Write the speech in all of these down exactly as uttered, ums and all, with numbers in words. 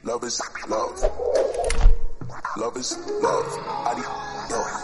Love is love. Love is love. Adiós.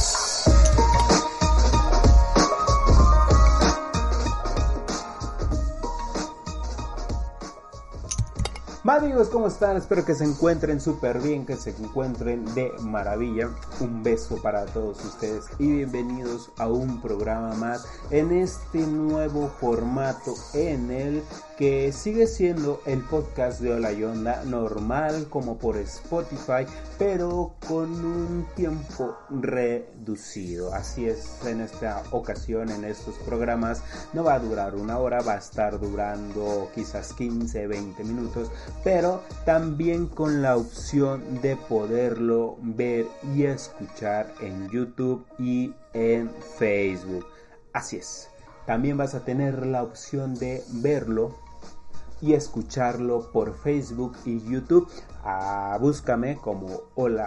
Amigos, ¿cómo están? Espero que se encuentren súper bien, que se encuentren de maravilla. Un beso para todos ustedes y bienvenidos a un programa más en este nuevo formato en el que sigue siendo el podcast de Hola Yonda, normal como por Spotify, pero con un tiempo reducido. Así es, en esta ocasión, en estos programas, no va a durar una hora, va a estar durando quizás quince, veinte minutos, pero también con la opción de poderlo ver y escuchar en YouTube y en Facebook. Así es, también vas a tener la opción de verlo y escucharlo por Facebook y YouTube. Ah, búscame como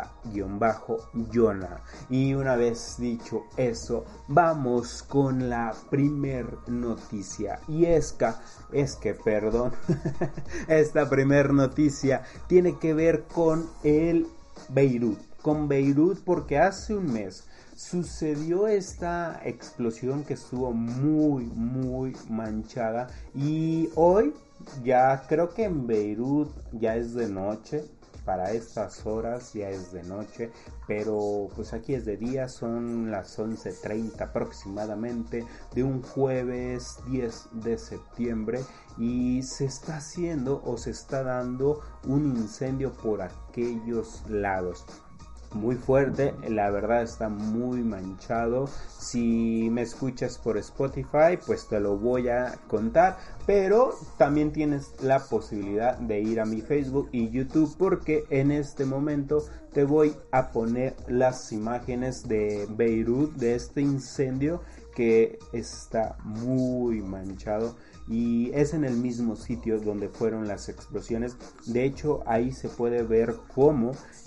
Hola-Yona. Y una vez dicho eso, vamos con la primer noticia. Y es que, es que, perdón, esta primer noticia tiene que ver con el Beirut. Con Beirut porque hace un mes sucedió esta explosión que estuvo muy, muy manchada. Y hoy ya creo que en Beirut ya es de noche. Para estas horas ya es de noche, pero pues aquí es de día, son las once treinta aproximadamente de un jueves diez de septiembre y se está haciendo o se está dando un incendio por aquellos lados. Muy fuerte, la verdad está muy manchado. Si me escuchas por Spotify, pues te lo voy a contar, pero también tienes la posibilidad de ir a mi Facebook y YouTube, porque en este momento te voy a poner las imágenes de Beirut, de este incendio que está muy manchado. Y es en el mismo sitio donde fueron las explosiones. De hecho, ahí se puede ver cómo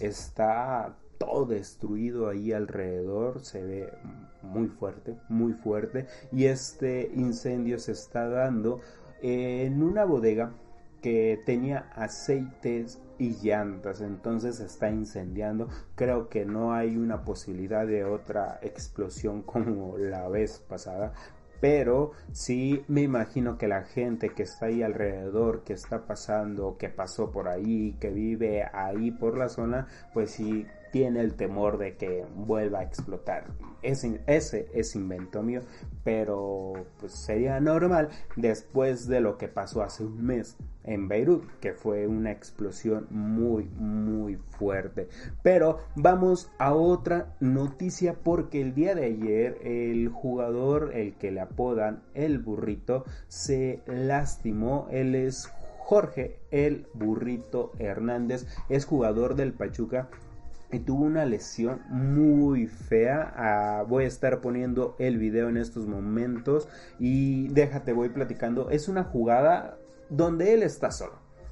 está todo destruido ahí alrededor. Se ve muy fuerte, muy fuerte. Y este incendio se está dando en una bodega que tenía aceites y llantas, entonces se está incendiando. Creo que no hay una posibilidad de otra explosión como la vez pasada, pero sí me imagino que la gente que está ahí alrededor, que está pasando, que pasó por ahí, que vive ahí por la zona, pues sí tiene el temor de que vuelva a explotar. Ese, ese es invento mío, pero pues sería normal después de lo que pasó hace un mes en Beirut, que fue una explosión muy muy fuerte. Pero vamos a otra noticia, porque el día de ayer el jugador, el que le apodan el burrito, se lastimó. Él es Jorge el Burrito Hernández, es jugador del Pachuca y tuvo una lesión muy fea. Ah, voy a estar poniendo el video en estos momentos y déjate, voy platicando. Es una jugada donde él está solo.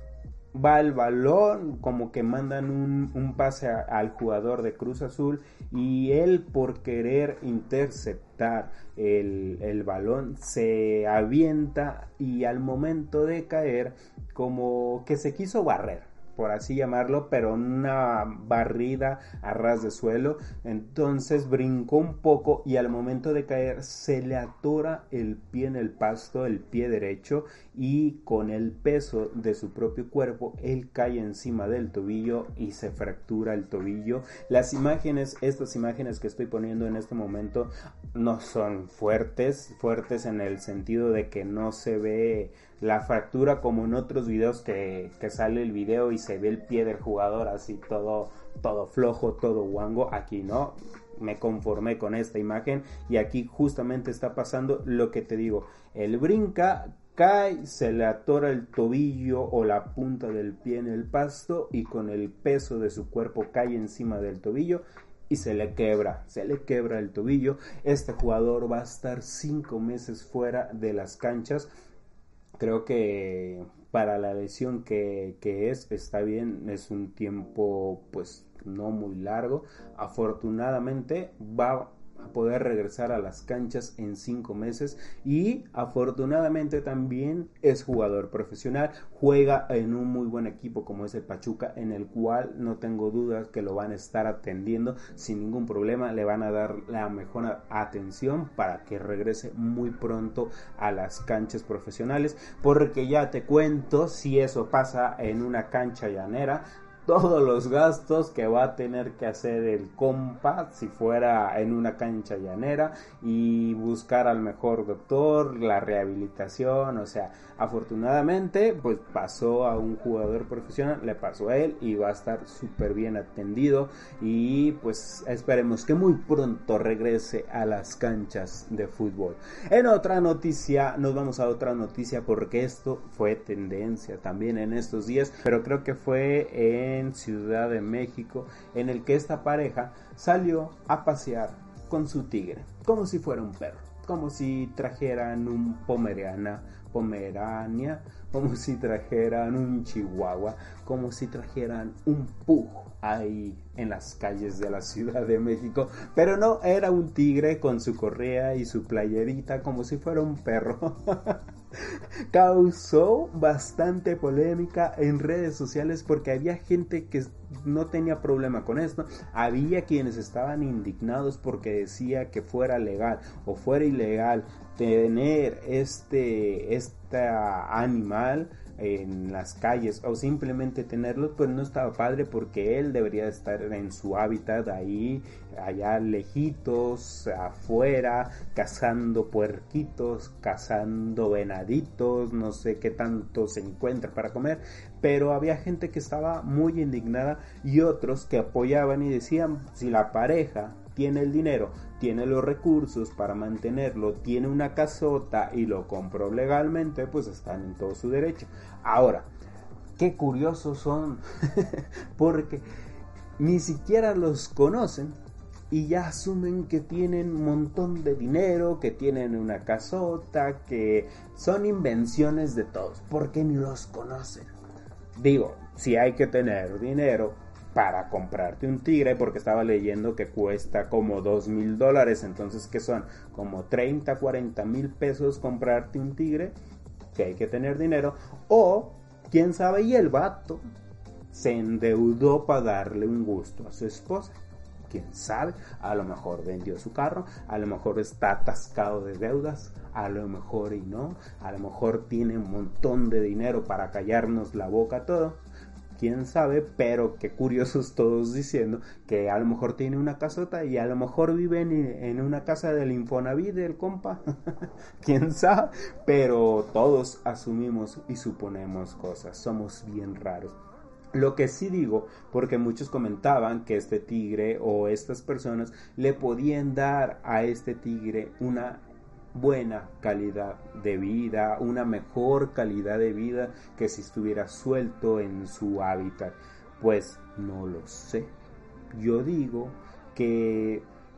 Va el balón, como que mandan un, un pase a, al jugador de Cruz Azul, y él, por querer interceptar el, el balón, se avienta y al momento de caer como que se quiso barrer, por así llamarlo, pero una barrida a ras de suelo. Entonces brincó un poco y al momento de caer se le atora el pie en el pasto, el pie derecho, y con el peso de su propio cuerpo él cae encima del tobillo y se fractura el tobillo. Las imágenes, estas imágenes que estoy poniendo en este momento no son fuertes, fuertes en el sentido de que no se ve la fractura como en otros videos que, que sale el video y se ve el pie del jugador así todo, todo flojo, todo guango. Aquí no, me conformé con esta imagen y aquí justamente está pasando lo que te digo. Él brinca, cae, se le atora el tobillo o la punta del pie en el pasto y con el peso de su cuerpo cae encima del tobillo y se le quebra, se le quebra el tobillo. Este jugador va a estar cinco meses fuera de las canchas. Creo que para la lesión que, que es, está bien, es un tiempo pues no muy largo. Afortunadamente va a poder regresar a las canchas en cinco meses y afortunadamente también es jugador profesional, juega en un muy buen equipo como es el Pachuca, en el cual no tengo dudas que lo van a estar atendiendo sin ningún problema, le van a dar la mejor atención para que regrese muy pronto a las canchas profesionales, porque ya te cuento, si eso pasa en una cancha llanera, todos los gastos que va a tener que hacer el compa si fuera en una cancha llanera y buscar al mejor doctor, la rehabilitación, o sea, afortunadamente pues pasó a un jugador profesional, le pasó a él y va a estar súper bien atendido y pues esperemos que muy pronto regrese a las canchas de fútbol. En otra noticia, nos vamos a otra noticia porque esto fue tendencia también en estos días, pero creo que fue en en Ciudad de México, en el que esta pareja salió a pasear con su tigre, como si fuera un perro, como si trajeran un pomerana, pomerania, como si trajeran un chihuahua, como si trajeran un pug ahí en las calles de la Ciudad de México, pero no, era un tigre con su correa y su playerita, como si fuera un perro. Causó bastante polémica en redes sociales porque había gente que no tenía problema con esto, había quienes estaban indignados porque decía que fuera legal o fuera ilegal tener este, este animal en las calles o simplemente tenerlos, pues no estaba padre porque él debería estar en su hábitat ahí, allá lejitos, afuera, cazando puerquitos, cazando venaditos, no sé qué tanto se encuentra para comer, pero había gente que estaba muy indignada y otros que apoyaban y decían, si la pareja tiene el dinero, tiene los recursos para mantenerlo, tiene una casota y lo compró legalmente, pues están en todo su derecho. Ahora, qué curiosos son, porque ni siquiera los conocen y ya asumen que tienen un montón de dinero, que tienen una casota, que son invenciones de todos, porque ni los conocen. Digo, si hay que tener dinero para comprarte un tigre, porque estaba leyendo que cuesta como dos mil dólares, entonces que son como treinta, cuarenta mil pesos comprarte un tigre, que hay que tener dinero, o quién sabe, y el vato se endeudó para darle un gusto a su esposa, quién sabe, a lo mejor vendió su carro, a lo mejor está atascado de deudas, a lo mejor y no, a lo mejor tiene un montón de dinero para callarnos la boca todo, quién sabe, pero qué curiosos todos diciendo que a lo mejor tiene una casota y a lo mejor vive en, en una casa del Infonavit del compa, quién sabe, pero todos asumimos y suponemos cosas, somos bien raros. Lo que sí digo, porque muchos comentaban que este tigre o estas personas le podían dar a este tigre una buena calidad de vida, una mejor calidad de vida que si estuviera suelto en su hábitat. Pues no lo sé. Yo digo que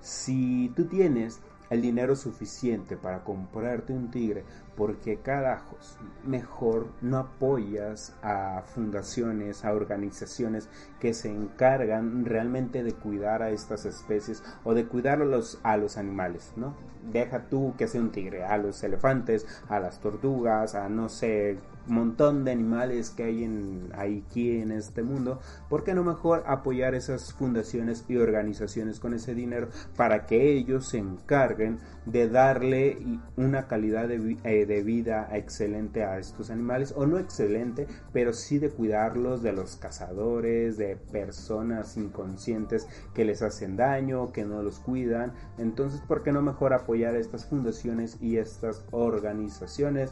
si tú tienes el dinero suficiente para comprarte un tigre, ¿por qué carajos mejor no apoyas a fundaciones, a organizaciones que se encargan realmente de cuidar a estas especies o de cuidar a los, a los animales, ¿no? Deja tú que sea un tigre, a los elefantes, a las tortugas, a no sé, un montón de animales que hay en, aquí en este mundo. ¿Por qué no mejor apoyar esas fundaciones y organizaciones con ese dinero para que ellos se encarguen de darle una calidad de, eh, de vida excelente a estos animales, o no excelente, pero sí de cuidarlos de los cazadores, de personas inconscientes que les hacen daño, que no los cuidan? Entonces, ¿por qué no mejor apoyar a estas fundaciones y estas organizaciones?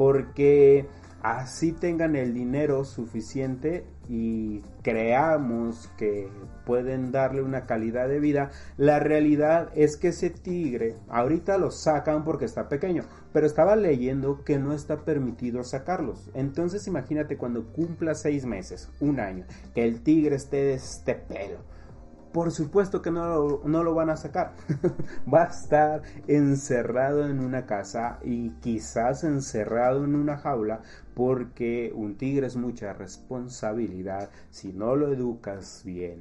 Porque así tengan el dinero suficiente y creamos que pueden darle una calidad de vida. La realidad es que ese tigre ahorita lo sacan porque está pequeño, pero estaba leyendo que no está permitido sacarlos. Entonces imagínate cuando cumpla seis meses, un año, que el tigre esté de este pelo. Por supuesto que no lo, no lo van a sacar. Va a estar encerrado en una casa y quizás encerrado en una jaula, porque un tigre es mucha responsabilidad si no lo educas bien.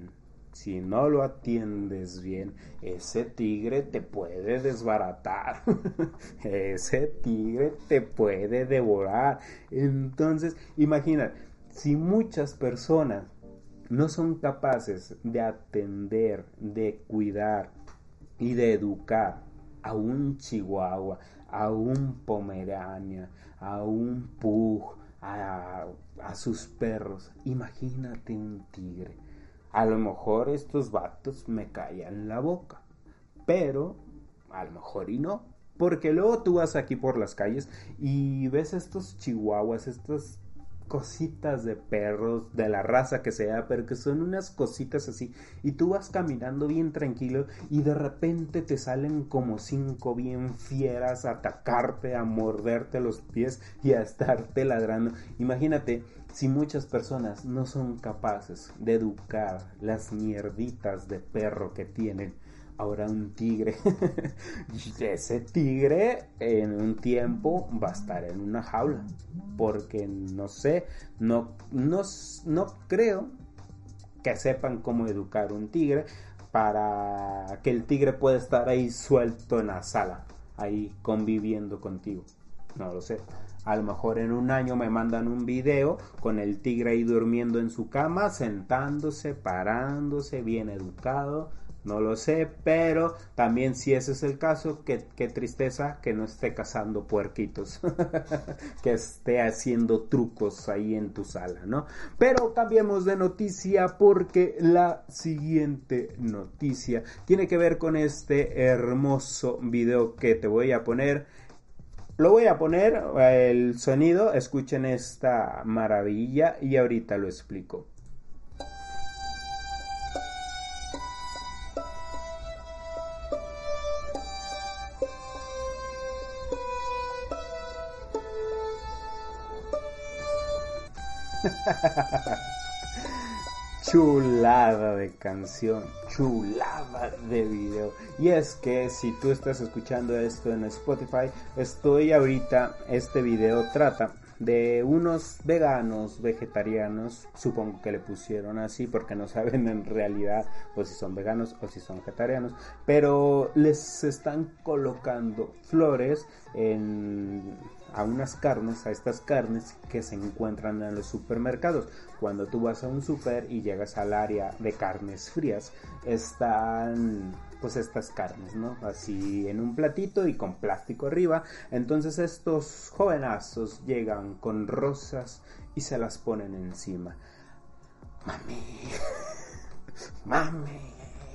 si no lo atiendes bien, ese tigre te puede desbaratar. Ese tigre te puede devorar. Entonces, imagina, si muchas personas no son capaces de atender, de cuidar y de educar a un chihuahua, a un pomerania, a un pug, a, a sus perros, imagínate un tigre. A lo mejor estos vatos me callan la boca, pero a lo mejor y no, porque luego tú vas aquí por las calles y ves estos chihuahuas, estas cositas de perros, de la raza que sea, pero que son unas cositas así, y tú vas caminando bien tranquilo y de repente te salen como cinco bien fieras a atacarte, a morderte los pies y a estarte ladrando. Imagínate si muchas personas no son capaces de educar las mierditas de perro que tienen. Ahora un tigre, ese tigre en un tiempo va a estar en una jaula, porque no sé, no, no, no creo que sepan cómo educar un tigre para que el tigre pueda estar ahí suelto en la sala, ahí conviviendo contigo. No lo sé. A lo mejor en un año me mandan un video con el tigre ahí durmiendo en su cama, sentándose, parándose, bien educado. No lo sé, pero también si ese es el caso, qué, qué tristeza que no esté cazando puerquitos, que esté haciendo trucos ahí en tu sala, ¿no? Pero cambiemos de noticia porque la siguiente noticia tiene que ver con este hermoso video que te voy a poner. Lo voy a poner, el sonido, escuchen esta maravilla y ahorita lo explico. Chulada de canción, chulada de video. Y es que si tú estás escuchando esto en Spotify, estoy ahorita, este video trata de unos veganos, vegetarianos, supongo que le pusieron así porque no saben en realidad o si son veganos o si son vegetarianos, pero les están colocando flores en, a unas carnes, a estas carnes que se encuentran en los supermercados. Cuando tú vas a un super y llegas al área de carnes frías, están pues estas carnes, ¿no? Así en un platito y con plástico arriba. Entonces estos jovenazos llegan con rosas y se las ponen encima. Mami, mami,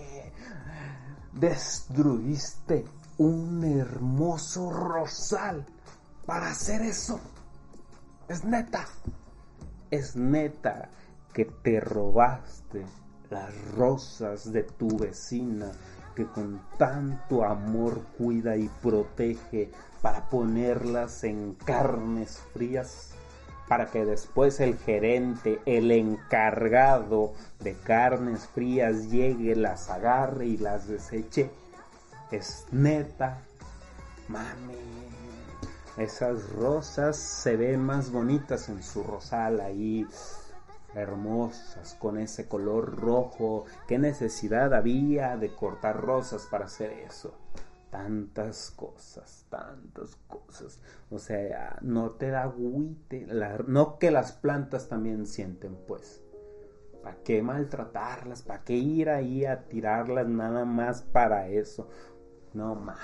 destruiste un hermoso rosal para hacer eso. Es neta, es neta que te robaste las rosas de tu vecina, que con tanto amor cuida y protege para ponerlas en carnes frías, para que después el gerente, el encargado de carnes frías llegue, las agarre y las deseche. Es neta, mami. Esas rosas se ven más bonitas en su rosal ahí, hermosas, con ese color rojo. ¿Qué necesidad había de cortar rosas para hacer eso? Tantas cosas, tantas cosas. O sea, no te da agüite. La, no que las plantas también sienten, pues. ¿Para qué maltratarlas? ¿Para qué ir ahí a tirarlas nada más para eso? No, mames.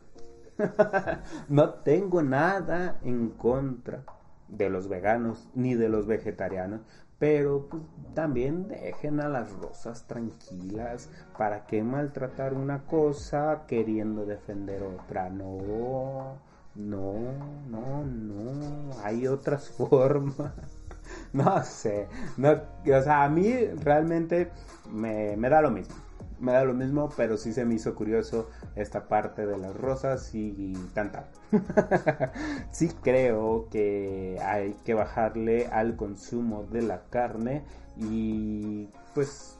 No tengo nada en contra de los veganos ni de los vegetarianos, pero pues, también dejen a las rosas tranquilas. ¿Para qué maltratar una cosa queriendo defender otra? No, no, no, no. Hay otras formas. No sé, no, o sea, a mí realmente me, me da lo mismo. Me da lo mismo, pero sí se me hizo curioso esta parte de las rosas y, y tanta. Sí creo que hay que bajarle al consumo de la carne y pues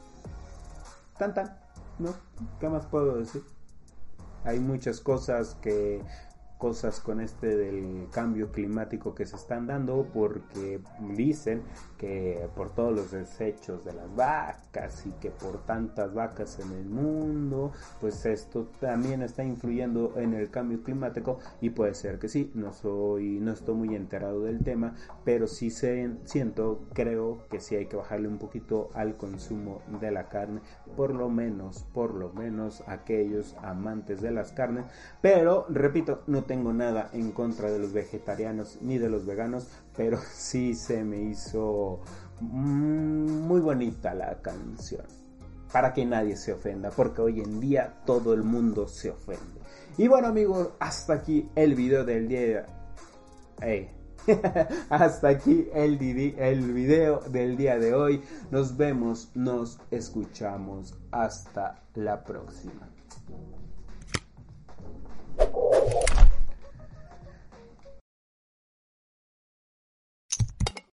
tanta, ¿no? ¿Qué más puedo decir? Hay muchas cosas que cosas con este del cambio climático que se están dando, porque dicen que por todos los desechos de las vacas y que por tantas vacas en el mundo, pues esto también está influyendo en el cambio climático, y puede ser que sí. No soy, no estoy muy enterado del tema, pero sí se, siento, creo que sí hay que bajarle un poquito al consumo de la carne, por lo menos, por lo menos aquellos amantes de las carnes. Pero repito, no tengo nada en contra de los vegetarianos ni de los veganos, pero sí se me hizo muy bonita la canción, para que nadie se ofenda, porque hoy en día todo el mundo se ofende. Y bueno, amigos, hasta aquí el video del día. Hey. Hasta aquí el, el video del día de hoy. Nos vemos, nos escuchamos. Hasta la próxima.